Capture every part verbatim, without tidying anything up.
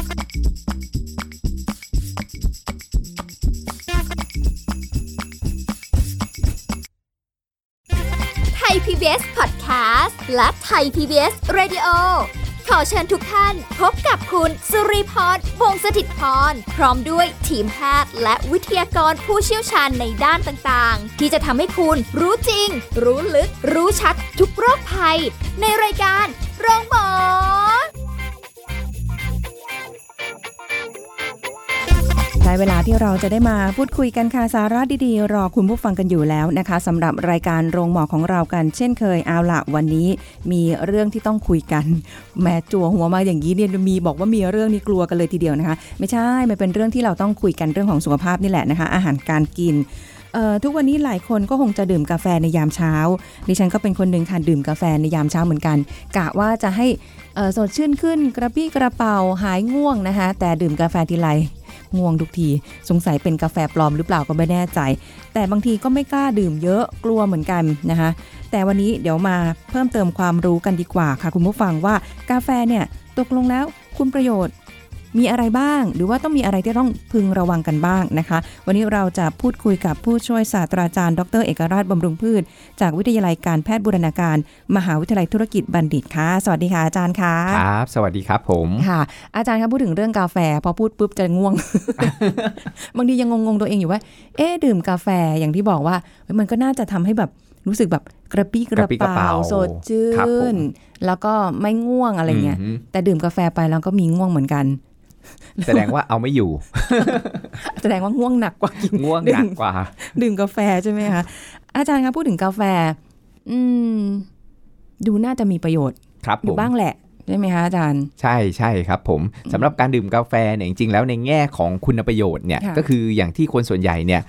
ไทย พี บี เอส Podcast และไทย พี บี เอส Radio ขอเชิญทุกท่านพบกับคุณสุริพร วงศ์สถิตพรพร้อมด้วยทีมแพทย์และวิทยากรผู้เชี่ยวชาญในด้านต่างๆที่จะทำให้คุณรู้จริงรู้ลึกรู้ชัดทุกโรคภัยในรายการโรงพยาบาลได้เวลาที่เราจะได้มาพูดคุยกันค่ะสาระดีๆรอคุณผู้ฟังกันอยู่แล้วนะคะสำหรับรายการโรงหมอของเรากันเช่นเคยเอาล่ะวันนี้มีเรื่องที่ต้องคุยกันแม้จั่วหัวมาอย่างนี้เนี่ยมีบอกว่ามีเรื่องนี้กลัวกันเลยทีเดียวนะคะไม่ใช่มันเป็นเรื่องที่เราต้องคุยกันเรื่องของสุขภาพนี่แหละนะคะอาหารการกินทุกวันนี้หลายคนก็คงจะดื่มกาแฟในยามเช้าดิฉันก็เป็นคนหนึ่งค่ะดื่มกาแฟในยามเช้าเหมือนกันกะว่าจะให้สดชื่นขึ้นกระปี้กระเป๋าหายง่วงนะคะแต่ดื่มกาแฟทีไรง่วงทุกทีสงสัยเป็นกาแฟปลอมหรือเปล่าก็ไม่แน่ใจแต่บางทีก็ไม่กล้าดื่มเยอะกลัวเหมือนกันนะคะแต่วันนี้เดี๋ยวมาเพิ่มเติมความรู้กันดีกว่าค่ะคุณผู้ฟังว่ากาแฟเนี่ยตกลงแล้วคุณประโยชน์มีอะไรบ้างหรือว่าต้องมีอะไรที่ต้องพึงระวังกันบ้างนะคะวันนี้เราจะพูดคุยกับผู้ช่วยศาสตราจารย์ดรเอกราชบำรุงพืชจากวิทยาลัยการแพทย์บูรณาการมหาวิทยาลัยธุรกิจบัณฑิตค่ะสวัสดีค่ะอาจารย์ค่ะครับสวัสดีครับผมค่ะอาจารย์ครับพูดถึงเรื่องกาแฟพอพูดปุ๊บจะง่วง บางทียังงงๆตัวเองอยู่ว่าเอ๊ะดื่มกาแฟอย่างที่บอกว่ามันก็น่าจะทำให้แบบรู้สึกแบบกระปี้กระเป๋าสดชื่นแล้วก็ไม่ง่วงอะไรเงี้ยแต่ดื่มกาแฟไปแล้วก็มีง่วงเหมือนกันแสดงว่าเอาไม่อยู่แสดงว่าง่วงหนักกว่าง่วงหนักกว่าดื่มกาแฟใช่ไหมคะอาจารย์ครับพูดถึงกาแฟอืมดูน่าจะมีประโยชน์อยู่บ้างแหละใช่ไหมคะอาจารย์ใช่ใช่ครับผมสำหรับการดื่มกาแฟเนี่ยจริงๆแล้วในแง่ของคุณประโยชน์เนี่ยก็คืออย่างที่คนส่วนใหญ่เนี่ย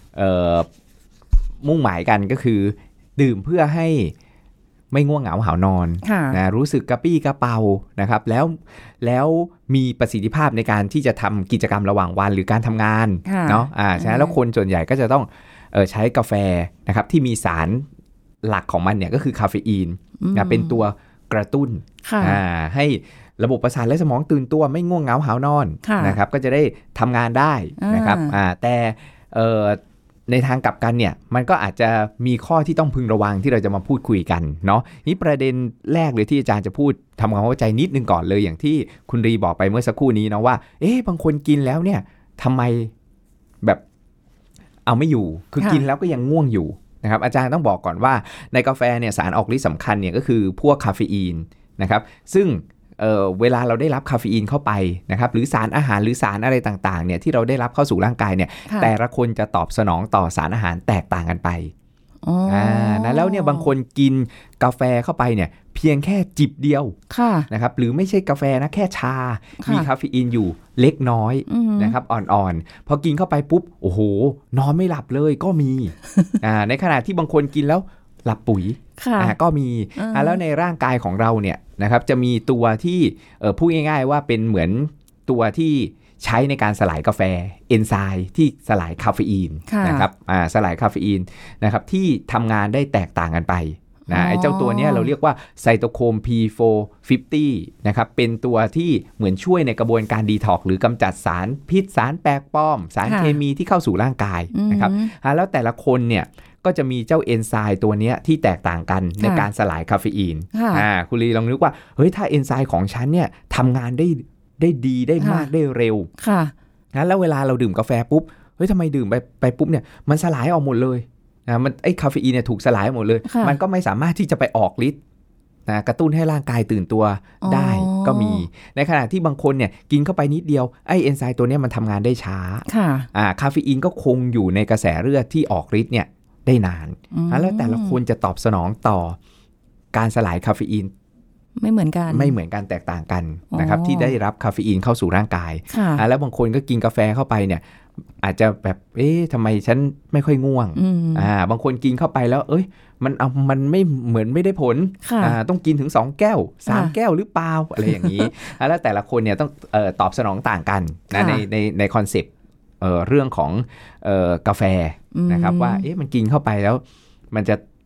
มุ่งหมายกันก็คือดื่มเพื่อให้ไม่ง่วงเหงาหาวนอนนะรู้สึกกระปี้กระเป๋านะครับแล้วแล้วมีประสิทธิภาพในการที่จะทำกิจกรรมระหว่างวันหรือการทำงานเนาะอ่าฉะนั้นแล้วคนส่วนใหญ่ก็จะต้องเออใช้กาแฟนะครับที่มีสารหลักของมันเนี่ยก็คือคาเฟอีนนะเป็นตัวกระตุ้นอ่าให้ระบบประสาทและสมองตื่นตัวไม่ง่วงเหงาหาวนอนนะครับก็จะได้ทำงานได้นะครับอ่าแต่เออในทางกลับกันเนี่ยมันก็อาจจะมีข้อที่ต้องพึงระวังที่เราจะมาพูดคุยกันเนาะนี่ประเด็นแรกเลยที่อาจารย์จะพูดทำความเข้าใจนิดนึงก่อนเลยอย่างที่คุณรีบอกไปเมื่อสักครู่นี้นะว่าเอ๊ะบางคนกินแล้วเนี่ยทำไมแบบเอาไม่อยู่คือกินแล้วก็ยังง่วงอยู่นะครับอาจารย์ต้องบอกก่อนว่าในกาแฟเนี่ยสารออกฤทธิ์สำคัญเนี่ยก็คือพวกคาเฟอีนนะครับซึ่งเอ่อเวลาเราได้รับคาเฟอีนเข้าไปนะครับหรือสารอาหารหรือสารอะไรต่างๆเนี่ยที่เราได้รับเข้าสู่ร่างกายเนี่ยแต่ละคนจะตอบสนองต่อสารอาหารแตกต่างกันไปอ่านะแล้วเนี่ยบางคนกินกาแฟเข้าไปเนี่ยเพียงแค่จิบเดียวนะครับหรือไม่ใช่กาแฟนะแค่ชามีคาเฟอีนอยู่เล็กน้อยนะครับอ่อนๆพอกินเข้าไปปุ๊บโอ้โหนอนไม่หลับเลยก็มีอ่าในขณะที่บางคนกินแล้วหลับปุ๋ยก็มีแล้วในร่างกายของเราเนี่ยนะครับจะมีตัวที่พูดง่ายๆว่าเป็นเหมือนตัวที่ใช้ในการสลายกาแฟเอนไซม์ที่สลายคาเฟอีนนะครับสลายคาเฟอีนนะครับที่ทำงานได้แตกต่างกันไปนะไอ้เจ้าตัวนี้เราเรียกว่าไซโตโครม พี โฟร์ ฟิฟตี้ นะครับเป็นตัวที่เหมือนช่วยในกระบวนการดีท็อกซ์หรือกำจัดสารพิษสารแปลกปลอมสารเคมีที่เข้าสู่ร่างกายนะครับแล้วแต่ละคนเนี่ยก็จะมีเจ้าเอนไซม์ตัวนี้ที่แตกต่างกันในการสลายคาเฟอีนอ่าคุณลีลองนึกว่าเฮ้ยถ้าเอนไซม์ของฉันเนี่ยทำงานได้ได้ดีได้มากได้เร็วค่ะงั้นแล้วเวลาเราดื่มกาแฟปุ๊บเฮ้ยทำไมดื่มไปไปปุ๊บเนี่ยมันสลายออกหมดเลยนะมันไอ้คาเฟอีนเนี่ยถูกสลายหมดเลยมันก็ไม่สามารถที่จะไปออกฤทธิ์นะกระตุ้นให้ร่างกายตื่นตัวได้ก็มีในขณะที่บางคนเนี่ยกินเข้าไปนิดเดียวไอ้เอนไซม์ตัวนี้มันทำงานได้ช้าอ่าคาเฟอีนก็คงอยู่ในกระแสเลือดที่ออกฤทธิ์เนี่ยได้นานแล้วแต่ละคนจะตอบสนองต่อการสลายคาเฟอีนไม่เหมือนกันไม่เหมือนกันแตกต่างกันนะครับที่ได้รับคาเฟอีนเข้าสู่ร่างกายแล้วบางคนก็กินกาแฟเข้าไปเนี่ยอาจจะแบบเอ๊ะทำไมฉันไม่ค่อยง่วงอ่าบางคนกินเข้าไปแล้วเอ้ยมันเอามันไม่เหมือนไม่ได้ผลอ่าต้องกินถึงสองแก้วสามแก้วหรือเปล่าอะไรอย่างนี้แล้วแต่ละคนเนี่ยต้องเอ่อตอบสนองต่างกันนะในในในคอนเซปต์เอ่อเรื่องของเอ่อกาแฟนะครับว่าเอ๊ะมันกินเข้าไปแล้วมันจะ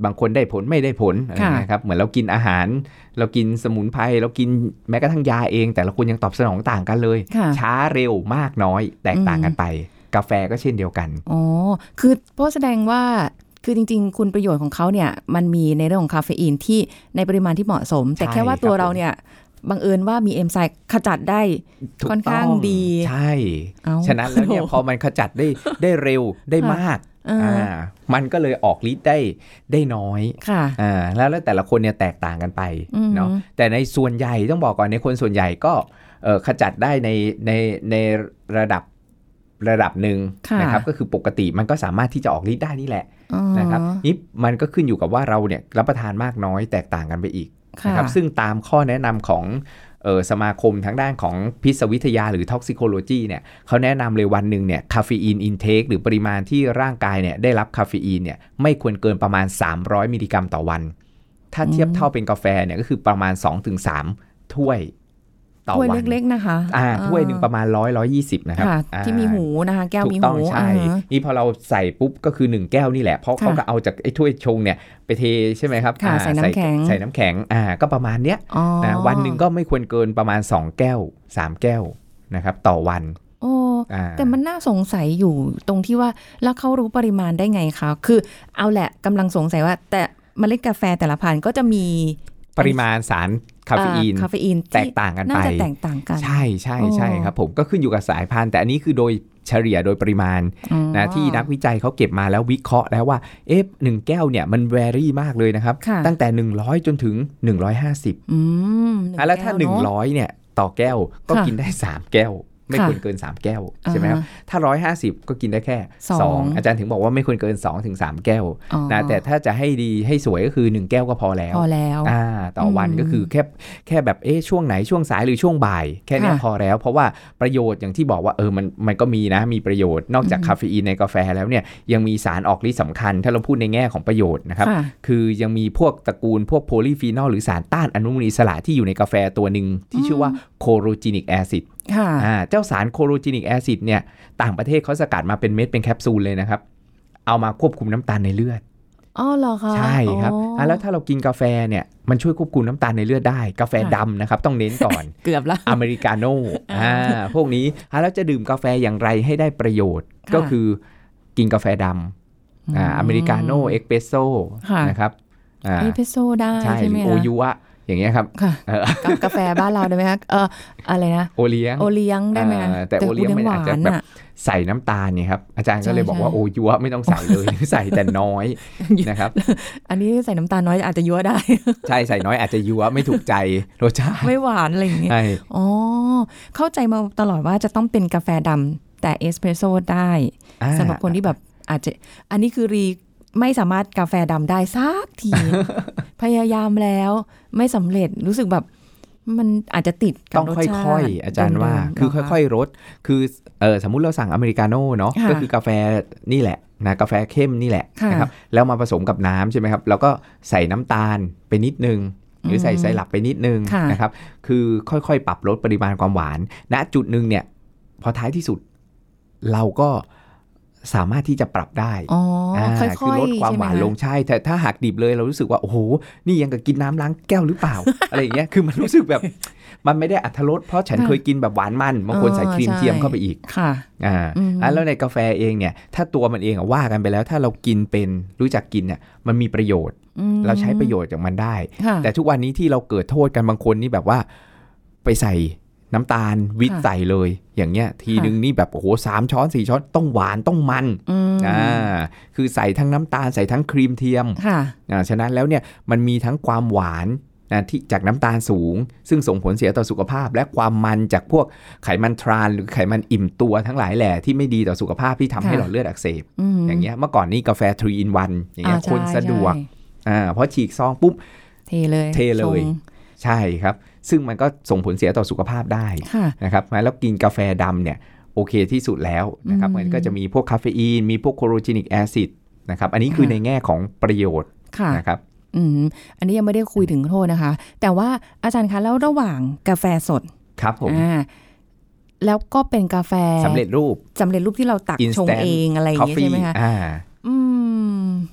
บางคนได้ผลไม่ได้ผลนะครับเหมือนเรากินอาหารเรากินสมุนไพรเรากินแม้กระทั่งยาเองแต่ละคนยังตอบสนองต่างกันเลยช้าเร็วมากน้อยแตกต่างกันไปกาแฟก็เช่นเดียวกันอ๋อคือเพราะแสดงว่าคือจริงๆคุณประโยชน์ของเขาเนี่ยมันมีในเรื่องของคาเฟอีนที่ในปริมาณที่เหมาะสมแต่แค่ว่าตัวเราเนี่ยบังเอิญว่ามีเอนไซม์ขจัดได้ค่อนข้างดีใช่ฉะนั้นแล้วเนี่ยพอมันขจัดได้ได้เร็วได้มากอ่ามันก็เลยออกฤทธิ์ได้ได้น้อยอ่าแล้วแล้วแต่ละคนเนี่ยแตกต่างกันไปเนาะแต่ในส่วนใหญ่ต้องบอกก่อนในคนส่วนใหญ่ก็เอ่อขจัดได้ในในในระดับระดับหนึ่งนะครับก็คือปกติมันก็สามารถที่จะออกฤทธิ์ได้นี่แหละนะครับนี่มันก็ขึ้นอยู่กับว่าเราเนี่ยรับประทานมากน้อยแตกต่างกันไปอีกนะครับซึ่งตามข้อแนะนำของเอ่อสมาคมทางด้านของพิษวิทยาหรือ toxicology เนี่ยเขาแนะนำเลยวันหนึ่งเนี่ยคาเฟอีนอินเทคหรือปริมาณที่ร่างกายเนี่ยได้รับคาเฟอีนเนี่ยไม่ควรเกินประมาณสามร้อยมิลลิกรัมต่อวันถ้าเทียบเท่าเป็นกาแฟเนี่ยก็คือประมาณ สองถึงสาม ถ้วยต่อวันถ้วยเล็กๆนะคะอ่าถ้วยนึงประมาณหนึ่งร้อย หนึ่งร้อยยี่สิบนะครับที่มีหูนะคะแก้วมีหูถูกต้องใช่นี่พอเราใส่ปุ๊บก็คือหนึ่งแก้วนี่แหละเพราะเขาก็เอาจากไอ้ถ้วยชงเนี่ยไปเทใช่ไหมครับใส่น้ำแข็งใส่น้ำแข็งอ่าก็ประมาณเนี้ยนะวันหนึ่งก็ไม่ควรเกินประมาณสองแก้วสามแก้วนะครับต่อวันโอ้แต่มันน่าสงสัยอยู่ตรงที่ว่าแล้วเขารู้ปริมาณได้ไงคะคือเอาแหละกำลังสงสัยว่าแต่เมล็ดกาแฟแต่ละพันธุ์ก็จะมีปริมาณสารคาเฟอีนคาเฟอีนแตกต่างกันไปน่าจะแตกต่างกันใช่ใช่ใช่ครับผมก็ขึ้นอยู่กับสายพันธุ์แต่อันนี้คือโดยเฉลี่ยโดยปริมาณนะที่นักวิจัยเขาเก็บมาแล้ววิเคราะห์แล้วว่าเอ๊ะหนึ่งแก้วเนี่ยมันแวรี่มากเลยนะครับตั้งแต่หนึ่งร้อยจนถึงหนึ่งร้อยห้าสิบอืมแล้วถ้าหนึ่งร้อยเนี่ยต่อแก้วก็กินได้สามแก้วไม่ควรเกินสามแก้วใช่ไหมครับถ้าหนึ่งร้อยห้าสิบก็กินได้แค่สองอาจารย์ถึงบอกว่าไม่ควรเกิน สองถึงสาม แก้วนะแต่ถ้าจะให้ดีให้สวยก็คือหนึ่งแก้วก็พอแล้วพอแล้วอ่าต่อวันก็คือแค่แค่แบบเอ๊ะช่วงไหนช่วงสายหรือช่วงบ่ายแค่นี้พอแล้วเพราะว่าประโยชน์อย่างที่บอกว่าเออมันมันก็มีนะมีประโยชน์นอกจากคาเฟอีนในกาแฟแล้วเนี่ยยังมีสารออกฤทธิ์สำคัญถ้าเราพูดในแง่ของประโยชน์นะครับคือยังมีพวกตระกูลพวกโพลีฟีนอลหรือสารต้านอนุมูลอิสระที่อยู่ในกาแฟตัวนึงที่ชื่อว่าโคโรจินิกแอซิดเจ้าสารโคโรจินิกแอซิดเนี่ยต่างประเทศเขาสกัดมาเป็นเม็ดเป็นแคปซูลเลยนะครับเอามาควบคุมน้ำตาลในเลือดอ๋อเหรอคะใช่ครับแล้วถ้าเรากินกาแฟเนี่ยมันช่วยควบคุมน้ำตาลในเลือดได้กาแฟดำนะครับต้องเน้นก่อนเกือบแล้วอเมริกาโน่อ่าพวกนี้แล้วจะดื่มกาแฟอย่างไรให้ได้ประโยชน์ก็คือกินกาแฟดำอ่าอเมริกาโน่เอ็กเพรสโซ่นะครับอ่าเอ็กเพรสโซ่ได้ใช่ไหมโอยุอะอย่างเงี้ยครับกาแฟบ้านเราได้ไหมคะเอออะไรนะโอเลี้ยงโอเลี้ยงได้ไหมแต่โอเลี้ยงมันอาจจะแบบใส่น้ำตาลเนี่ยครับอาจารย์ก็เลยบอกว่าโอยัวไม่ต้องใส่เลยใส่แต่น้อยนะครับอันนี้ใส่น้ำตาลน้อยอาจจะยัวได้ใช่ใส่น้อยอาจจะยัวไม่ถูกใจรสชาติไม่หวานอะไรอย่างเงี้ยอ๋อเข้าใจมาตลอดว่าจะต้องเป็นกาแฟดำแต่เอสเพรสโซ่ได้สำหรับคนที่แบบอาจจะอันนี้คือรีไม่สามารถกาแฟดำได้สักที พยายามแล้วไม่สำเร็จรู้สึกแบบมันอาจจะติดกับรสชาติต้องค่อยๆอาจารย์ว่าคือค่อยๆรสคือเออสมมุติเราสั่งอเมริกาโน่เนาะก็คือกาแฟนี่แหละนะกาแฟเข้มนี่แหละนะครับแล้วมาผสมกับน้ำใช่ไหมครับแล้วก็ใส่น้ำตาลไปนิดนึงหรือใส่ไซรัปไปนิดนึงนะครับคือค่อยๆปรับลดปริมาณความหวานณจุดนึงเนี่ยพอท้ายที่สุดเราก็สามารถที่จะปรับได้อ๋อค่อยๆคือลดความหวานลงใช่แต่ถ้าหักดิบเลยเรารู้สึกว่าโอ้โหนี่ยังกับกินน้ำล้างแก้วหรือเปล่า อะไรอย่างเงี้ยคือมันรู้สึกแบบมันไม่ได้อรรถรสเพราะฉันเคยกินแบบหวานมันบางคนใส่ครีมเทียมเข้าไปอีกค่ะอ่าแล้วในกาแฟเองเนี่ยถ้าตัวมันเองว่ากันไปแล้วถ้าเรากินเป็นรู้จักกินเนี่ยมันมีประโยชน์เราใช้ประโยชน์จากมันได้แต่ทุกวันนี้ที่เราเกิดโทษกันบางคนนี่แบบว่าไปใส่น้ำตาลวิตใส่เลยอย่างเงี้ยทีนึงนี่แบบโอ้โหสามช้อนสี่ช้อนต้องหวานต้องมันอ่าคือใส่ทั้งน้ำตาลใส่ทั้งครีมเทียมอ่าฉะนั้นแล้วเนี่ยมันมีทั้งความหวานนะที่จากน้ำตาลสูงซึ่งส่งผลเสียต่อสุขภาพและความมันจากพวกไขมันทรานหรือไขมันอิ่มตัวทั้งหลายแหล่ที่ไม่ดีต่อสุขภาพที่ทำให้หลอดเลือดอักเสบอย่างเงี้ยเมื่อก่อนนี้กาแฟทรีอินวันอย่างเงี้ยคนสะดวกอ่าเพราะฉีกซองปุ๊บเทเลยเทเลยใช่ครับซึ่งมันก็ส่งผลเสียต่อสุขภาพได้นะครับแล้วกินกาแฟดำเนี่ยโอเคที่สุดแล้วนะครับมันก็จะมีพวกคาเฟอีนมีพวกโคโรจินิกแอซิดนะครับอันนี้คือในแง่ของประโยชน์นะครับอืมอันนี้ยังไม่ได้คุยถึงโทษนะคะแต่ว่าอาจารย์คะแล้วระหว่างกาแฟสดครับผมอ่าแล้วก็เป็นกาแฟสำเร็จรูปสำเร็จรูปที่เราตักชงเองอะไรอย่างเงี้ยใช่ไหมคะอ่าอืม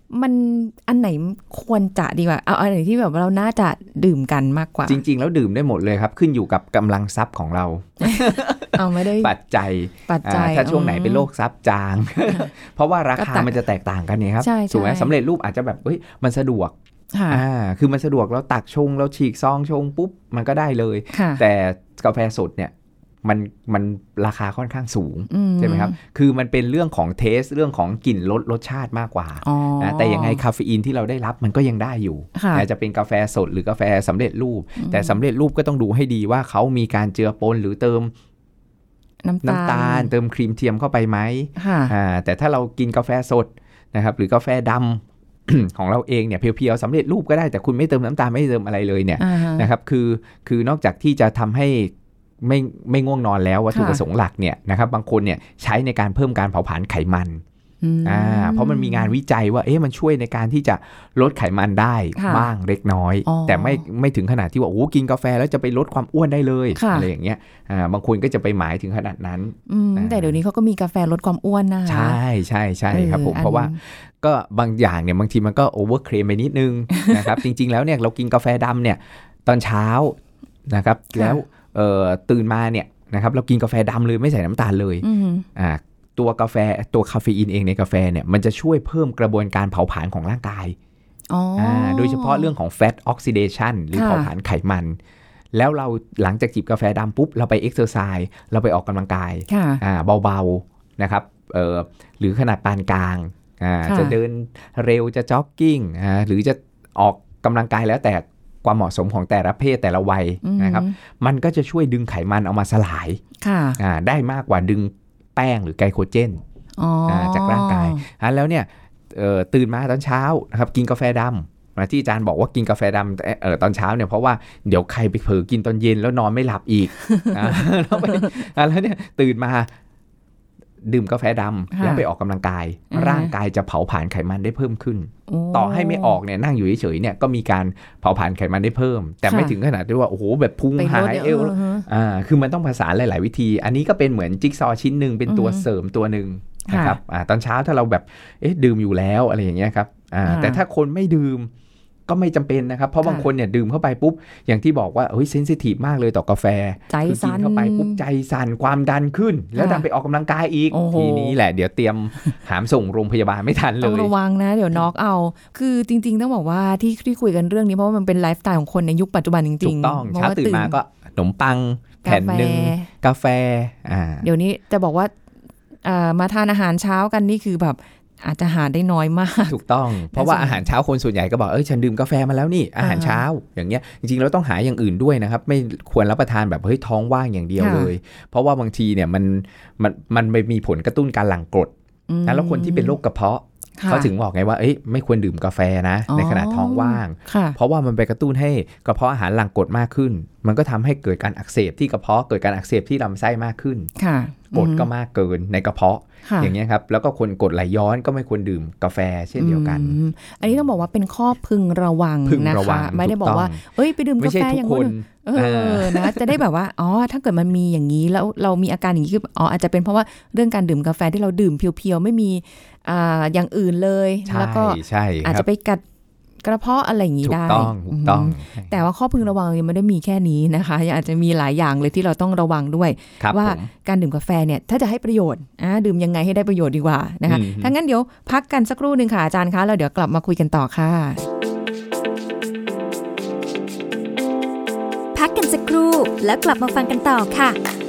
มันอันไหนควรจะดีกว่าเอาอันไหนที่แบบเราน่าจะดื่มกันมากกว่าจริงๆแล้วดื่มได้หมดเลยครับขึ้นอยู่กับกำลังทรัพย์ของเราเอาไม่ได้ปัจจัยปัจจัยถ้าช่วงไหนเป็นโรคทรัพย์จาง เพราะว่าราคามันจะแตกต่างกันเนี่ยครับถูกไหมสำเร็จรูปอาจจะแบบเฮ้ยมันสะดวกอ่าคือมันสะดวกเราตักชงเราฉีกซองชงปุ๊บมันก็ได้เลยแต่กาแฟสดเนี่ยมันมันราคาค่อนข้างสูงใช่ไหมครับคือมันเป็นเรื่องของเทสเรื่องของกลิ่นรสรสชาติมากกว่านะแต่ยังไงคาเฟอีนที่เราได้รับมันก็ยังได้อยู่นะจะเป็นกาแฟสดหรือกาแฟสำเร็จรูปแต่สำเร็จรูปก็ต้องดูให้ดีว่าเขามีการเจือปนหรือเติมน้ำ น้ำตาลเติมครีมเทียมเข้าไปไหมแต่ถ้าเรากินกาแฟสดนะครับหรือกาแฟดำ ของเราเองเนี่ยเพียวๆสำเร็จรูปก็ได้แต่คุณไม่เติมน้ำตาลไม่เติมอะไรเลยเนี่ยนะครับคือคือนอกจากที่จะทำให้ไม่ไม่ง่วงนอนแล้ววัตถุประสงค์หลักเนี่ยนะครับบางคนเนี่ยใช้ในการเพิ่มการเผาผลาญไขมันอ่าเพราะมันมีงานวิจัยว่าเอ๊ะมันช่วยในการที่จะลดไขมันได้บ้างเล็กน้อยแต่ไม่ไม่ถึงขนาดที่ว่าโอ้กินกาแฟแล้วจะไปลดความอ้วนได้เลยอะไรอย่างเงี้ยอ่าบางคนก็จะไปหมายถึงขนาดนั้นแต่เดี๋ยวนี้เขาก็มีกาแฟลดความอ้วนนะคะใช่ใช่ใช่ครับผมเพราะว่าก็บางอย่างเนี่ยบางทีมันก็โอเวอร์เครมไปนิดนึงนะครับจริงๆแล้วเนี่ยเรากินกาแฟดำเนี่ยตอนเช้านะครับแล้วเอ่อตื่นมาเนี่ยนะครับเรากินกาแฟดำเลยไม่ใส่น้ำตาลเลยอ่าตัวกาแฟตัวคาเฟอีนเองในกาแฟเนี่ยมันจะช่วยเพิ่มกระบวนการเผาผลาญของร่างกายอ่าโดยเฉพาะเรื่องของ fat oxidation หรือเผาผลาญไขมันแล้วเราหลังจากจิบกาแฟดำปุ๊บเราไปเอ็กซ์เซอร์ไซส์เราไปออกกำลังกายอ่าเบาๆนะครับเอ่อหรือขนาดปานกลางอ่าจะเดินเร็วจะจ็อกกิ้งอ่าหรือจะออกกำลังกายแล้วแต่ความเหมาะสมของแต่ละเพศแต่ละวัยนะครับมันก็จะช่วยดึงไขมันเอามาสลายได้มากกว่าดึงแป้งหรือไกลโคเจนจากร่างกายแล้วเนี่ยตื่นมาตอนเช้านะครับกินกาแฟดำที่อาจารย์บอกว่ากินกาแฟดำตอนเช้าเนี่ยเพราะว่าเดี๋ยวใครไปเผลอกินตอนเย็นแล้วนอนไม่หลับอีกแล้วเนี่ยตื่นมาดื่มกาแฟดำแล้วไปออกกำลังกายร่างกายจะเผาผลาญไขมันได้เพิ่มขึ้นต่อให้ไม่ออกเนี่ยนั่งอยู่เฉยๆเนี่ยก็มีการเผาผลาญไขมันได้เพิ่มแต่ไม่ถึงขนาดที่ว่าโอ้โหแบบพุ่งหายเอวอ่าคือมันต้องผสานหลายๆวิธีอันนี้ก็เป็นเหมือนจิ๊กซอว์ชิ้นหนึ่งเป็นตัวเสริมตัวหนึ่งนะครับอ่าตอนเช้าถ้าเราแบบเอ๊ะดื่มอยู่แล้วอะไรอย่างเงี้ยครับอ่าแต่ถ้าคนไม่ดื่มก็ไม่จำเป็นนะครับเพราะบางคนเนี่ยดื่มเข้าไปปุ๊บอย่างที่บอกว่าเฮ้ยเซนซิทีฟมากเลยต่อกาแฟใจสั่นเข้าไปปุ๊บใจสั่นความดันขึ้นแล้วดันไปออกกำลังกายอีกทีนี้แหละเดี๋ยวเตรียมหามส่งโรงพยาบาลไม่ทันเลยต้องระวังนะเดี๋ยวน็อกเอาคือจริงๆต้องบอกว่าที่ที่คุยกันเรื่องนี้เพราะว่ามันเป็นไลฟ์สไตล์ของคนในยุคปัจจุบันจริงๆถูกต้องเช้าตื่นมาก็ขนมปังแผ่นนึงกาแฟอ่าเดี๋ยวนี้จะบอกว่าอ่ามาทานอาหารเช้ากันนี่คือแบบอาจจะหาได้น้อยมากถูกต้องเพราะว่าอาหารเช้าคนส่วนใหญ่ก็บอกเอ้ยฉันดื่มกาแฟมาแล้วนี่อาหารเช้าอย่างเงี้ยจริงๆเราต้องหาอย่างอื่นด้วยนะครับไม่ควรรับประทานแบบเฮ้ยท้องว่างอย่างเดียวเลยเพราะว่าบางทีเนี่ยมันมันมันไปมีผลกระตุ้นการหลั่งกรดแล้วคนที่เป็นโรคกระเพาะเขาถึงบอกไงว่าเอ้ยไม่ควรดื่มกาแฟนะในขณะท้องว่างเพราะว่ามันไปกระตุ้นให้กระเพาะอาหารหลั่งกรดมากขึ้นมันก็ทำให้เกิดการอักเสบที่กระเพาะเกิดการอักเสบที่ลำไส้มากขึ้นกรดก็มากเกินในกระเพาะอย่างเงี้ยครับแล้วก็คนกรดไหลย้อนก็ไม่ควรดื่มกาแฟเช่นเดียวกันอันนี้ต้องบอกว่าเป็นข้อพึงระวังนะคะไม่ได้บอกว่าเอ้ยไปดื่มกาแฟอย่างนู้นเออนะจะได้แบบว่าอ๋อถ้าเกิดมันมีอย่างนี้แล้วเรามีอาการอย่างนี้คืออ๋ออาจจะเป็นเพราะว่าเรื่องการดื่มกาแฟที่เราดื่มเพียวๆไม่มีอ่าอย่างอื่นเลยแล้วก็อาจจะไปกัดกระเพาะอะไรอย่างนี้ได้ถูกต้องถูกต้องแต่ว่าข้อพึงระวังยังไม่ได้มีแค่นี้นะคะอาจจะมีหลายอย่างเลยที่เราต้องระวังด้วยว่าการดื่มกาแฟเนี่ยถ้าจะให้ประโยชน์อ่าดื่มยังไงให้ได้ประโยชน์ดีกว่านะคะถ้างั้นเดี๋ยวพักกันสักครู่นึงค่ะอาจารย์คะแล้วเดี๋ยวกลับมาคุยกันต่อค่ะพักกันสักครู่แล้วกลับมาฟังกันต่อค่ะ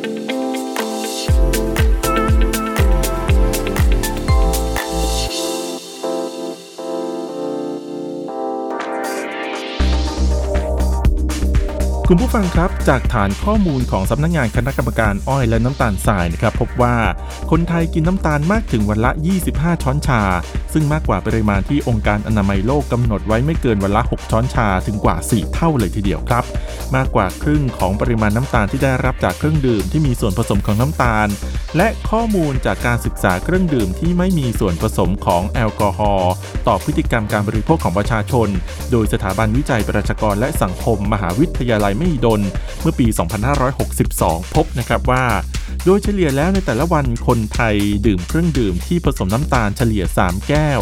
คุณผู้ฟังครับจากฐานข้อมูลของสำนักงานคณะกรรมการอ้อยและน้ำตาลทรายนะครับพบว่าคนไทยกินน้ำตาลมากถึงวันละยี่สิบห้าช้อนชาซึ่งมากกว่าปริมาณที่องค์การอนามัยโลกกำหนดไว้ไม่เกินวันละหกช้อนชาถึงกว่าสี่เท่าเลยทีเดียวครับมากกว่าครึ่งของปริมาณน้ำตาลที่ได้รับจากเครื่องดื่มที่มีส่วนผสมของน้ำตาลและข้อมูลจากการศึกษาเครื่องดื่มที่ไม่มีส่วนผสมของแอลกอฮอล์ต่อพฤติกรรมการบริโภคของประชาชนโดยสถาบันวิจัยประชากรและสังคมมหาวิทยาลัยมหิดลเมื่อปี สองพันห้าร้อยหกสิบสอง พบนะครับว่าโดยเฉลี่ยแล้วในแต่ละวันคนไทยดื่มเครื่องดื่มที่ผสมน้ำตาลเฉลี่ยสามแก้ว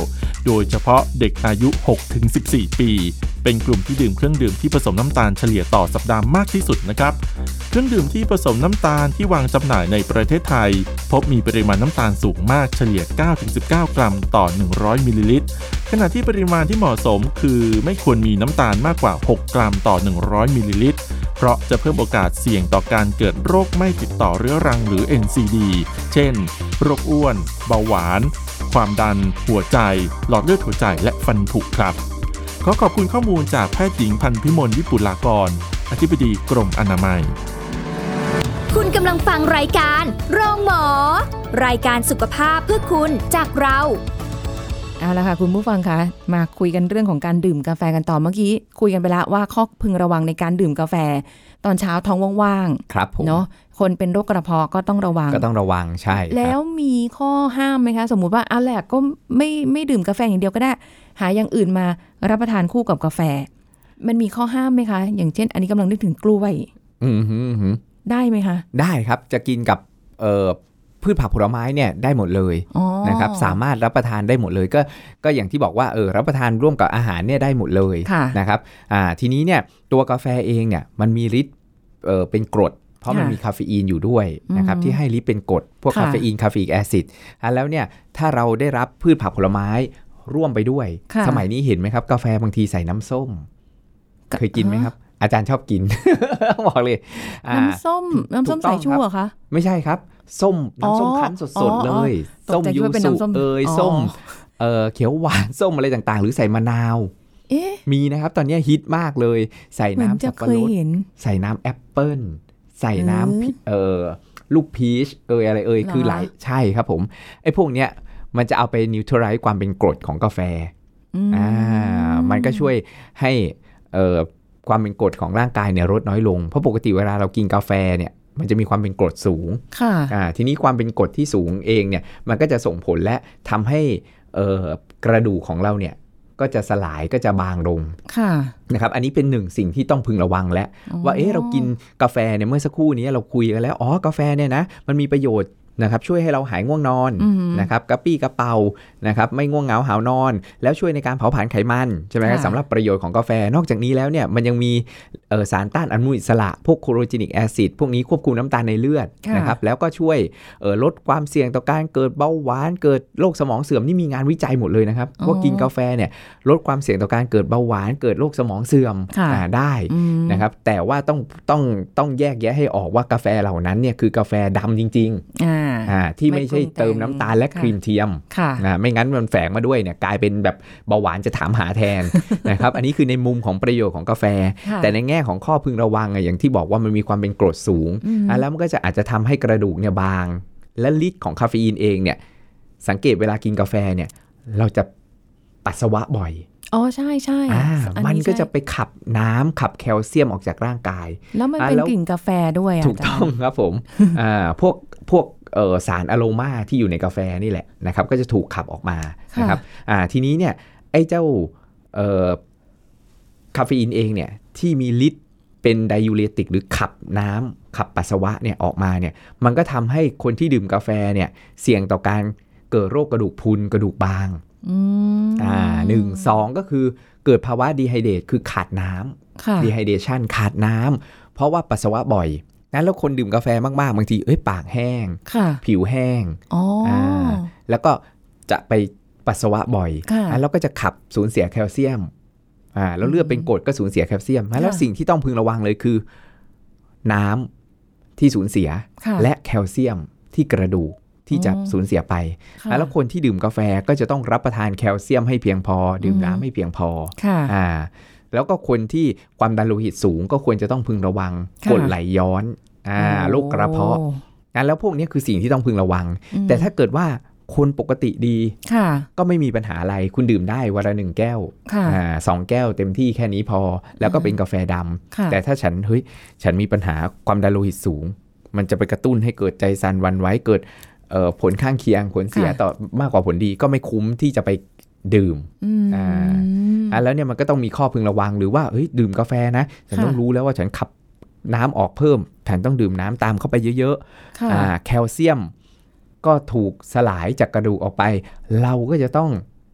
โดยเฉพาะเด็กอายุ หกถึงสิบสี่ ปีเป็นกลุ่มที่ดื่มเครื่องดื่มที่ผสมน้ำตาลเฉลี่ยต่อสัปดาห์มากที่สุดนะครับเครื่องดื่มที่ผสมน้ำตาลที่วางจำหน่ายในประเทศไทยพบมีปริมาณน้ำตาลสูงมากเฉลี่ย เก้าถึงสิบเก้า กรัมต่อหนึ่งร้อยมิลลิลิตรขณะที่ปริมาณที่เหมาะสมคือไม่ควรมีน้ำตาลมากกว่าหกกรัมต่อหนึ่งร้อยมิลลิลิตรเพราะจะเพิ่มโอกาสเสี่ยงต่อการเกิดโรคไม่ติดต่อเรื้อรังหรือ เอ็น ซี ดี เช่นโรคอ้วนเบาหวานความดันหัวใจหลอดเลือดหัวใจและฟันผุครับขอขอบคุณข้อมูลจากแพทย์หญิงพันธุ์พิมลวิปุลากรอธิบดีกรมอนามัยคุณกำลังฟังรายการโรงหมอรายการสุขภาพเพื่อคุณจากเราเอาละค่ะคุณผู้ฟังคะมาคุยกันเรื่องของการดื่มกาแฟกันต่อเมื่อกี้คุยกันไปแล้วว่าข้อพึงระวังในการดื่มกาแฟตอนเช้าท้องว่างๆครับผมเนาะคนเป็นโรคกระเพาะก็ต้องระวังก็ต้องระวังใช่แล้วมีข้อห้ามไหมคะสมมุติว่าเอาแหละก็ไม่ไม่ดื่มกาแฟอย่างเดียวก็ได้หาอย่างอื่นมารับประทานคู่กับกาแฟมันมีข้อห้ามไหมคะอย่างเช่นอันนี้กำลังนึกถึงกล้วยอือหือได้ไหมคะได้ครับจะกินกับเอ่อพืชผักผลไม้เนี่ยได้หมดเลยนะครับสามารถรับประทานได้หมดเลยก็ก็อย่างที่บอกว่าเออรับประทานร่วมกับอาหารเนี่ยได้หมดเลยนะครับอ่าทีนี้เนี่ยตัวกาแฟเองเนี่ยมันมีฤทธิ์เอ่อเป็นกรดเพราะมันมีคาเฟอีนอยู่ด้วยนะครับที่ให้ฤทธิ์เป็นกรดพวกคาเฟอีนคาเฟอีกแอซิดแล้วเนี่ยถ้าเราได้รับพืชผักผลไม้ร่วมไปด้วยสมัยนี้เห็นไหมครับกาแฟบางทีใส่น้ำส้มเคยกินไหมครับอาจารย์ชอบกินบอกเลยน้ำส้มน้ำส้มสายชูเหรอคะไม่ใช่ครับส้มน้ำส้มคั้นสดๆเลยส้มยูสุเอยส้มเอ่อเขียวหวานส้มอะไรต่างๆหรือใส่มะนาวมีนะครับตอนนี้ฮิตมากเลยใส่น้ำสับปะรดใส่น้ำแอปเปิ้ลใส่น้ำเอ่อลูกพีชเอยอะไรเอยคือหลายใช่ครับผมไอ้พวกเนี้ยมันจะเอาไปนิวทรัลไลซ์ความเป็นกรดของกาแฟอ่ามันก็ช่วยให้เอ่อความเป็นกรดของร่างกายเนี่ยลดน้อยลงเพราะปกติเวลาเรากินกาแฟเนี่ยมันจะมีความเป็นกรดสูงค่ะอ่าทีนี้ความเป็นกรดที่สูงเองเนี่ยมันก็จะส่งผลและทำให้เอ่อกระดูกของเราเนี่ยก็จะสลายก็จะบางลงค่ะนะครับอันนี้เป็นหนึ่งสิ่งที่ต้องพึงระวังและว่าเอ๊ะเรากินกาแฟเนี่ยเมื่อสักครู่นี้เราคุยกันแล้วอ๋อกาแฟเนี่ยนะมันมีประโยชน์นะครับช่วยให้เราหายง่วงนอนนะครับกระปี้กระเป๋านะครับไม่ง่วงเหงาหาวนอนแล้วช่วยในการเผาผลาญไขมันใช่ไหมครับสำหรับประโยชน์ของกาแฟนอกจากนี้แล้วเนี่ยมันยังมีเอ่อสารต้านอนุมูลอิสระพวกโคโรจินิกแอซิดพวกนี้ควบคุมน้ำตาลในเลือดนะครับแล้วก็ช่วยเอ่อลดความเสี่ยงต่อการเกิดเบาหวานเกิดโรคสมองเสื่อมนี่มีงานวิจัยหมดเลยนะครับว่ากินกาแฟเนี่ยลดความเสี่ยงต่อการเกิดเบาหวานเกิดโรคสมองเสื่อมได้นะครับแต่ว่าต้องต้องต้องแยกแยะให้ออกว่ากาแฟเหล่านั้นเนี่ยคือกาแฟดำจริงๆอ่าที่ไม่ใช่เติมน้ำตาลและครีมเทียมนะไม่งั้นมันแฝงมาด้วยเนี่ยกลายเป็นแบบเบาหวานจะถามหาแทน นะครับอันนี้คือในมุมของประโยชน์ของกาแฟแต่ในแง่ของข้อพึงระวังอย่างที่บอกว่ามันมีความเป็นกรดสูงแล้วมันก็จะอาจจะทำให้กระดูกเนี่ยบางและฤทธิ์ของคาเฟอีนเองเนี่ยสังเกตเวลากินกาแฟเนี่ยเราจะปัสสาวะบ่อยอ๋อใช่ใช่มันก็จะไปขับน้ำขับแคลเซียมออกจากร่างกายแล้วมันเป็นกลิ่นกาแฟด้วยถูกต้องครับผมอ่าพวกพวกเอ่อสารอะโรมาที่อยู่ในกาแฟนี่แหละนะครับก็จะถูกขับออกมานะครับอ่าทีนี้เนี่ยไอ้เจ้าเอ่อคาเฟอีนเองเนี่ยที่มีฤทธิ์เป็นไดยูเรติกหรือขับน้ำขับปัสสาวะเนี่ยออกมาเนี่ยมันก็ทำให้คนที่ดื่มกาแฟเนี่ยเสี่ยงต่อการเกิดโรคกระดูกพรุนกระดูกบางอ่าหนึ่งสองก็คือเกิดภาวะดีไฮเดรตคือขาดน้ำดีไฮเดชันขาดน้ำเพราะว่าปัสสาวะบ่อยนั้นแล้วคนดื่มกาแฟมากๆบางทีเอ้ยปากแห้งผิวแห้งอ่าแล้วก็จะไปปัสสาวะบ่อยแล้วก็จะขับสูญเสียแคลเซียมอ่าแล้วเลือดเป็นกรดก็สูญเสียแคลเซียมแล้วสิ่งที่ต้องพึงระวังเลยคือน้ำที่สูญเสียและแคลเซียมที่กระดูกที่จะสูญเสียไปแล้วคนที่ดื่มกาแฟก็จะต้องรับประทานแคลเซียมให้เพียงพอดื่มน้ำให้เพียงพออ่าแล้วก็คนที่ความดันโลหิตสูงก็ควรจะต้องพึงระวังกรดไหลย้อนอ่าโรคกระเพาะงั้นแล้วพวกนี้คือสิ่งที่ต้องพึงระวังแต่ถ้าเกิดว่าคนปกติดีก็ไม่มีปัญหาอะไรคุณดื่มได้วันละหนึ่งแก้วอ่าสองแก้วเต็มที่แค่นี้พอแล้วก็เป็นกาแฟดำแต่ถ้าฉันเฮ้ยฉันมีปัญหาความดันโลหิตสูงมันจะไปกระตุ้นให้เกิดใจสั่นหวั่นไหวเกิดเอ่อผลข้างเคียงผลเสียต่อมากกว่าผลดีก็ไม่คุ้มที่จะไปดื่มอ่าแล้วเนี่ยมันก็ต้องมีข้อพึงระวังหรือว่าเฮ้ยดื่มกาแฟนะฉันต้องรู้แล้วว่าฉันขับน้ำออกเพิ่มฉันต้องดื่มน้ำตามเข้าไปเยอะๆอ่าแคลเซียมก็ถูกสลายจากกระดูกออกไปเราก็จะต้อง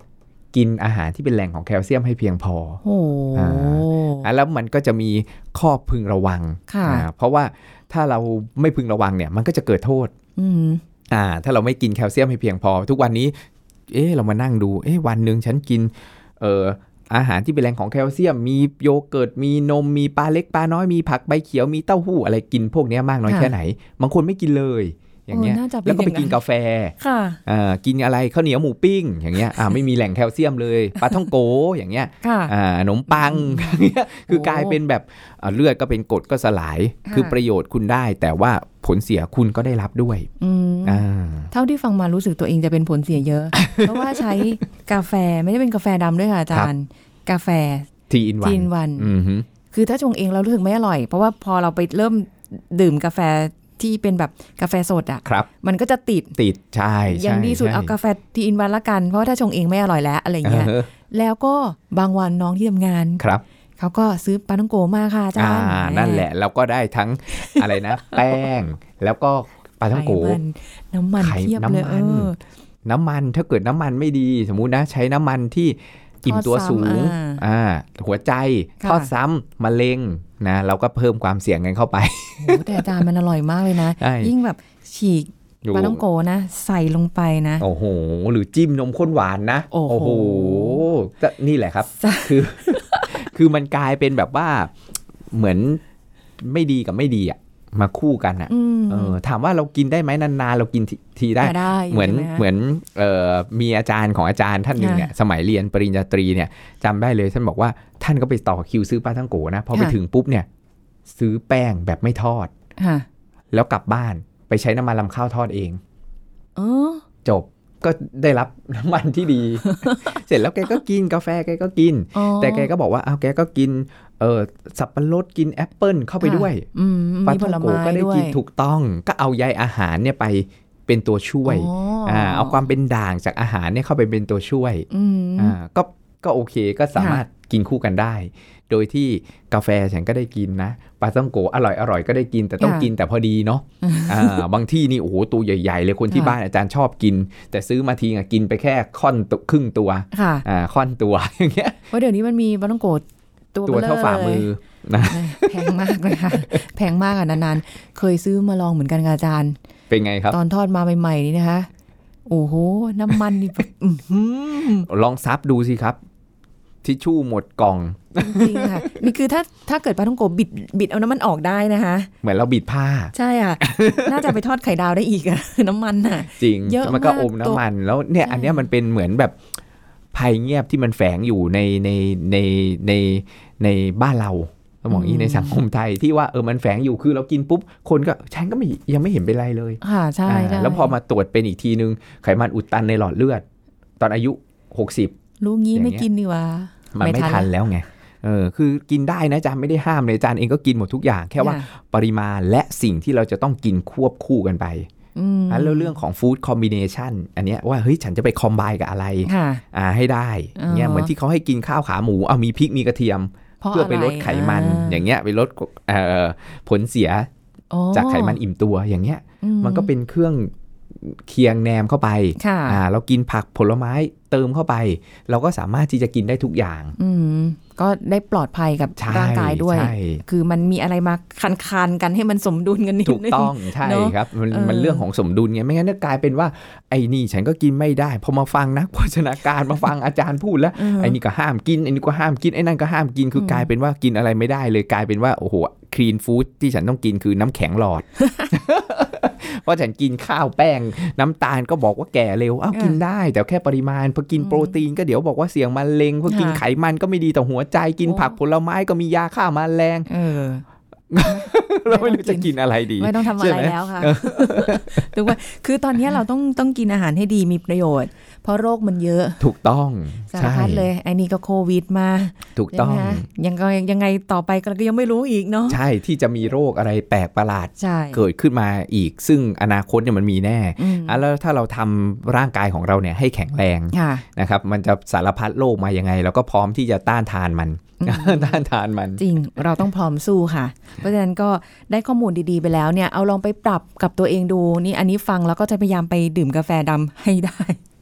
กินอาหารที่เป็นแหล่งของแคลเซียมให้เพียงพอโอ้อ่าแล้วมันก็จะมีข้อพึงระวังอ่าเพราะว่าถ้าเราไม่พึงระวังเนี่ยมันก็จะเกิดโทษอืมอ่าถ้าเราไม่กินแคลเซียมให้เพียงพอทุกวันนี้เอ๊ะเรามานั่งดูเอ๊ะวันนึงฉันกินเอ่ออาหารที่เป็นแหล่งของแคลเซียมมีโยเกิร์ตมีนมมีปลาเล็กปลาน้อยมีผักใบเขียวมีเต้าหู้อะไรกินพวกนี้มากน้อยแค่ไหนบางคนไม่กินเลยอย่างเงี้ยแล้วก็ไปกินกาแฟอ่ากินอะไรข้าวเหนียวหมูปิ้งอย่างเงี้ยอ่าไม่มีแหล่งแคลเซียมเลยปลาท่องโกอย่างเงี้ยอ่าขนมปังอย่างเงี้ยคือกลายเป็นแบบเลือดก็เป็นกรดก็สลายคือประโยชน์คุณได้แต่ว่าผลเสียคุณก็ได้รับด้วยอ่าเท่าที่ฟังมารู้สึกตัวเองจะเป็นผลเสียเยอะ เพราะว่าใช้กาแฟไม่ได้เป็นกาแฟดำด้วยค่ะอาจารย์กาแฟทีอินวันทีอินวันคือถ้าชงเองเรารู้สึกไม่อร่อยเพราะว่าพอเราไปเริ่มดื่มกาแฟที่เป็นแบบกาแฟสดอ่ะมันก็จะติดติดใช่อย่างดีสุดเอากาแฟทีอินวันละกันเพราะว่าถ้าชงเองไม่อร่อยแล้วอะไรเงี้ยแล้วก็บางวันน้องที่ทำงานครับเขาก็ซื้อปลาท่องโกมาค่ะอาจารย์นั่นแหละแล้วก็ได้ทั้งอะไรนะแป้งแล้วก็ปลาท่องโกน้ำมันเทียบเลยเออน้ำมันถ้าเกิดน้ำมันไม่ดีสมมุตินะใช้น้ำมันที่อิ่มตัวสูงอ่าหัวใจทอดซ้ำมะเร็งนะเราก็เพิ่มความเสี่ยงกันเข้าไปโอ้แต่อาจารย์มันอร่อยมากเลยนะยิ่งแบบฉีกปลาท่องโกนะใส่ลงไปนะโอ้โหหรือจิ้มนมข้นหวานนะโอ้โหนี่แหละครับคือคือมันกลายเป็นแบบว่าเหมือนไม่ดีกับไม่ดีอ่ะมาคู่กันอ่ะเออถามว่าเรากินได้ไหมนานๆเรากินทีได้เหมือนเหมือนเอ่อมีอาจารย์ของอาจารย์ท่านนึงเนี่ยสมัยเรียนปริญญาตรีเนี่ยจำได้เลยท่านบอกว่าท่านก็ไปต่อคิวซื้อปลาท่องโกนะพอไปถึงปุ๊บเนี่ยซื้อแป้งแบบไม่ทอดแล้วกลับบ้านไปใช้น้ำมันลำข้าวทอดเองจบก็ได้รับน้ำมันที่ดี เสร็จแล้วแกก็กินกาแฟแกก็กินแต่แกก็บอกว่าเอาแกก็กินเออสับปะรดกินแอปเปิ้ลเข้าไปด้วยปลาท่องโกก็ได้กินถูกต้องก็เอาใยอาหารเนี่ยไปเป็นตัวช่วยอ่าเอาความเป็นด่างจากอาหารเนี่ยเข้าไปเป็นตัวช่วยอ่าก็ก็โอเคก็สามารถกินคู่กันได้โดยที่กาแฟฉันก็ได้กินนะปลาท่องโกอร่อยอร่อยก็ได้กินแต่ต้องกินแต่พอดีเนาะอ่าบางที่นี่โอ้โหตัวใหญ่ๆเลยคนที่บ้านอาจารย์ชอบกินแต่ซื้อมาทีอ่ะกินไปแค่ค่อนครึ่งตัวอ่าค่อนตัวอย่างเงี้ยเพราะเดี๋ยวนี้มันมีปลาท่องโกตัวเท่าฝ่ามือนะแพงมากเลยค่ะแพงมากอ่ะนานๆเคยซื้อมาลองเหมือนกันอาจารย์เป็นไงครับตอนทอดมาใหม่ๆนี่นะคะโอ้โหน้ำมันนี่ลองซับดูสิครับทิชชู่หมดกล่องจริงค่ะนี่คือถ้าถ้าเกิดปลาท่องโกบิดบิดเอาน้ำมันออกได้นะคะเหมือนเราบิดผ้าใช่อ่ะน่าจะไปทอดไข่ดาวได้อีกอ่ะน้ำมันอ่ะจริงมันก็อมน้ำมันแล้วเนี่ยอันนี้มันเป็นเหมือนแบบภัยเงียบที่มันแฝงอยู่ในในในในในบ้านเราสมองอีในสังคมไทยที่ว่าเออมันแฝงอยู่คือเรากินปุ๊บคนก็ฉันก็ไม่ยังไม่เห็นเป็นไรเลยค่ะใช่แล้วพอมาตรวจเป็นอีกทีนึงไขมันอุดตันในหลอดเลือดตอนอายุหกสิบรู้งี้ไม่กินดีว่ามันไม่ทันแล้วไงเออคือกินได้นะอาจารย์ไม่ได้ห้ามเลยอาจารย์เองก็กินหมดทุกอย่างแค่ว่าปริมาณและสิ่งที่เราจะต้องกินควบคู่กันไปแล้วเรื่องของฟู้ดคอมบิเนชันอันเนี้ยว่าเฮ้ยฉันจะไปคอมไบน์กับอะไรอ่าให้ได้เนี่ยเหมือนที่เขาให้กินข้าวขาหมูเอามีพริกมีกระเทียมเพื่อไปลดไขมันอย่างเงี้ยไปลดผลเสียจากไขมันอิ่มตัวอย่างเงี้ยมันก็เป็นเครื่องเคียงแนมเข้าไปอ่าเรากินผักผลไม้เติมเข้าไปเราก็สามารถที่จะกินได้ทุกอย่างก็ได้ปลอดภัยกับร่างกายด้วยคือมันมีอะไรมาคันๆกันให้มันสมดุลกันนิดนึงถูกต้องใช่ครับมันมันเรื่องของสมดุลไงไม่งั้นจะกลายเป็นว่าไอ้นี่ฉันก็กินไม่ได้พอมาฟังนักโภชนาการมาฟังอาจารย์พูดแล้วไอ้นี่ก็ห้ามกินไอ้นี่ก็ห้ามกินไอ้นั่นก็ห้ามกินคือกลายเป็นว่ากินอะไรไม่ได้เลยกลายเป็นว่าโอ้โหคลีนฟู้ดที่ฉันต้องกินคือน้ำแข็งหลอดเพราะฉันกินข้าวแป้งน้ำตาลก็บอกว่าแก่เร็วอ้าวกินได้แต่แค่ปริมาณพอกินโปรตีนก็เดี๋ยวบอกว่าเสี่ยงมะเร็งพอกินไขมันก็ไม่ดีต่อหัวใจกินผักผลไม้ก็มียาฆ่าแมลงเราไม่รู้จะกินอะไรดีไม่ต้องทำอะไรแล้วค่ะถูกป่ะคือตอนนี้เราต้องต้องกินอาหารให้ดีมีประโยชน์เพราะโรคมันเยอะถูกต้องสารพัดเลยไอ้นี่ก็โควิดมาถูกต้องยังไงยังไงต่อไปก็ยังไม่รู้อีกเนาะใช่ที่จะมีโรคอะไรแปลกประหลาดเกิดขึ้นมาอีกซึ่งอนาคตเนี่ยมันมีแน่อ่ะแล้วถ้าเราทำร่างกายของเราเนี่ยให้แข็งแรงนะครับมันจะสารพัดโรคมายังไงเราก็พร้อมที่จะต้านทานมันต้านทานมันจริงเราต้องพร้อมสู้ค่ะเพราะฉะนั้นก็ได้ข้อมูลดีๆไปแล้วเนี่ยเอาลองไปปรับกับตัวเองดูนี่อันนี้ฟังแล้วก็จะพยายามไปดื่มกาแฟดำให้ได้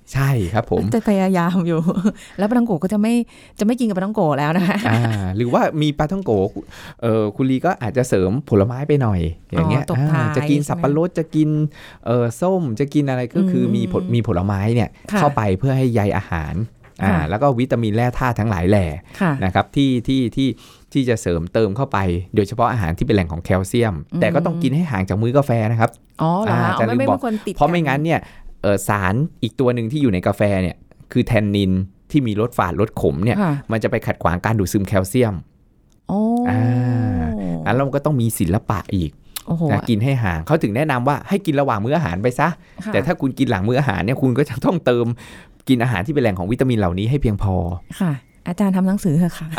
ใช่ครับผมจะพยายามอยู่แล้วปลาท่องโกก็จะไม่จะไม่กินกับปลาท่องโกแล้วนะคะอ่าหรือว่ามีปลาท่องโกเอ่อคุณลีก็อาจจะเสริมผลไม้ไปหน่อยอย่างเงี้ยจะกินสับปะรดจะกินเอ่อส้มจะกินอะไรก็คือมีผลมีผลไม้เนี่ยเข้าไปเพื่อให้ใยอาหารอ่าแล้วก็วิตามินแร่ธาตุทั้งหลายแหล่นะครับที่ที่ที่ที่จะเสริมเติมเข้าไปโดยเฉพาะอาหารที่เป็นแหล่งของแคลเซียมแต่ก็ต้องกินให้ห่างจากมื้อกาแฟนะครับอ๋อเหรอจะไม่เป็นคนติดเพราะไม่งั้นเนี่ยเอ่อสารอีกตัวหนึ่งที่อยู่ในกาแฟเนี่ยคือแทนนินที่มีรสฝาดรสขมเนี่ยมันจะไปขัดขวางการดูดซึมแคลเซียมอ๋ออ่าอันเราก็ต้องมีศิลปะอีกนะกินให้ห่างเขาถึงแนะนำว่าให้กินระหว่างมื้ออาหารไปซะแต่ถ้าคุณกินหลังมื้ออาหารเนี่ยคุณก็จะต้องเติมกินอาหารที่เป็นแหล่งของวิตามินเหล่านี้ให้เพียงพอค่ะอาจารย์ทำหนังสือเถอะค่ะ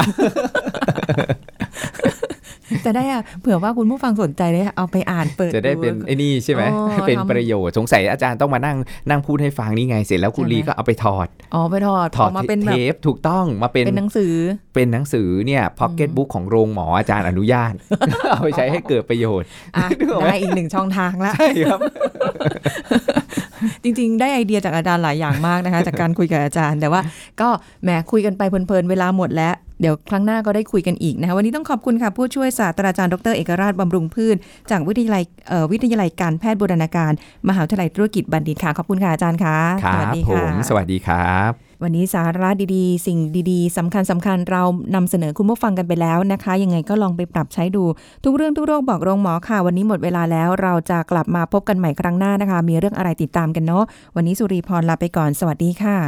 จะได้เผื่อว่าคุณผู้ฟังสนใจได้เอาไปอ่านเปิดจะได้เป็นไอ้นี่ใช่ไหมเป็นประโยชน์สงสัยอาจารย์ต้องมานั่งนั่งพูดให้ฟังนี่ไงเสร็จแล้วคุณลีก็เอาไปถอดอ๋อไปถอดถอดมาเป็นเทปถูกต้องมาเป็นเป็นหนังสือเป็นหนังสือเนี่ยพ็อกเก็ตบุ๊กของโรงหมออาจารย์อนุญาตเอาไปใช้ให้เกิดประโยชน์ได้อีกหนึ่งช่องทางละใช่ครับจริงๆได้ไอเดียจากอาจารย์หลายอย่างมากนะคะจากการคุยกับอาจารย์แต่ว่าก็แหมคุยกันไปเพลินๆเวลาหมดแล้วเดี๋ยวครั้งหน้าก็ได้คุยกันอีกนะคะวันนี้ต้องขอบคุณค่ะผู้ช่วยศาสตราจารย์ดรเอกราชบำรุงพืชจากวิทยาลัยวิทยาลัยการแพทย์บูรณาการมหาวิทยาลัยธุรกิจบัณฑิตค่ะขอบคุณค่ะอาจารย์ค่ะสวัสดีค่ะสวัสดีครับวันนี้สาระดีๆสิ่งดีๆสำคัญสำคัญเรานำเสนอคุณผู้ฟังกันไปแล้วนะคะยังไงก็ลองไปปรับใช้ดูทุกเรื่องทุกโรคบอกโรงหมอค่ะวันนี้หมดเวลาแล้วเราจะกลับมาพบกันใหม่ครั้งหน้านะคะมีเรื่องอะไรติดตามกันเนาะวันนี้สุรีพรลาไปก่อนสวัสดีค่ะ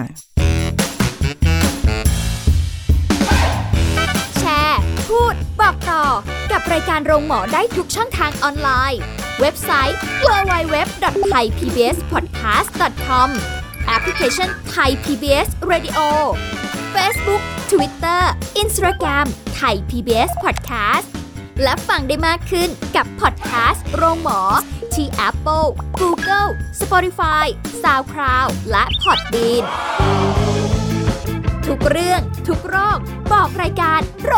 แชร์พูดบอกต่อกับรายการโรงหมอได้ทุกช่องทางออนไลน์เว็บไซต์ ดับเบิลยู ดับเบิลยู ดับเบิลยู ดอท ไทย พี บี เอส พอดแคสต์ ดอท คอม แอปพลิเคชัน Thai พี บี เอส Radio Facebook Twitter Instagram Thai พี บี เอส Podcast และฟังได้มากขึ้นกับพอดแคสต์โรงหมอที่ Apple, Google, Spotify, SoundCloud และ Podbean ทุกเรื่องทุกโรคบอกรายการโร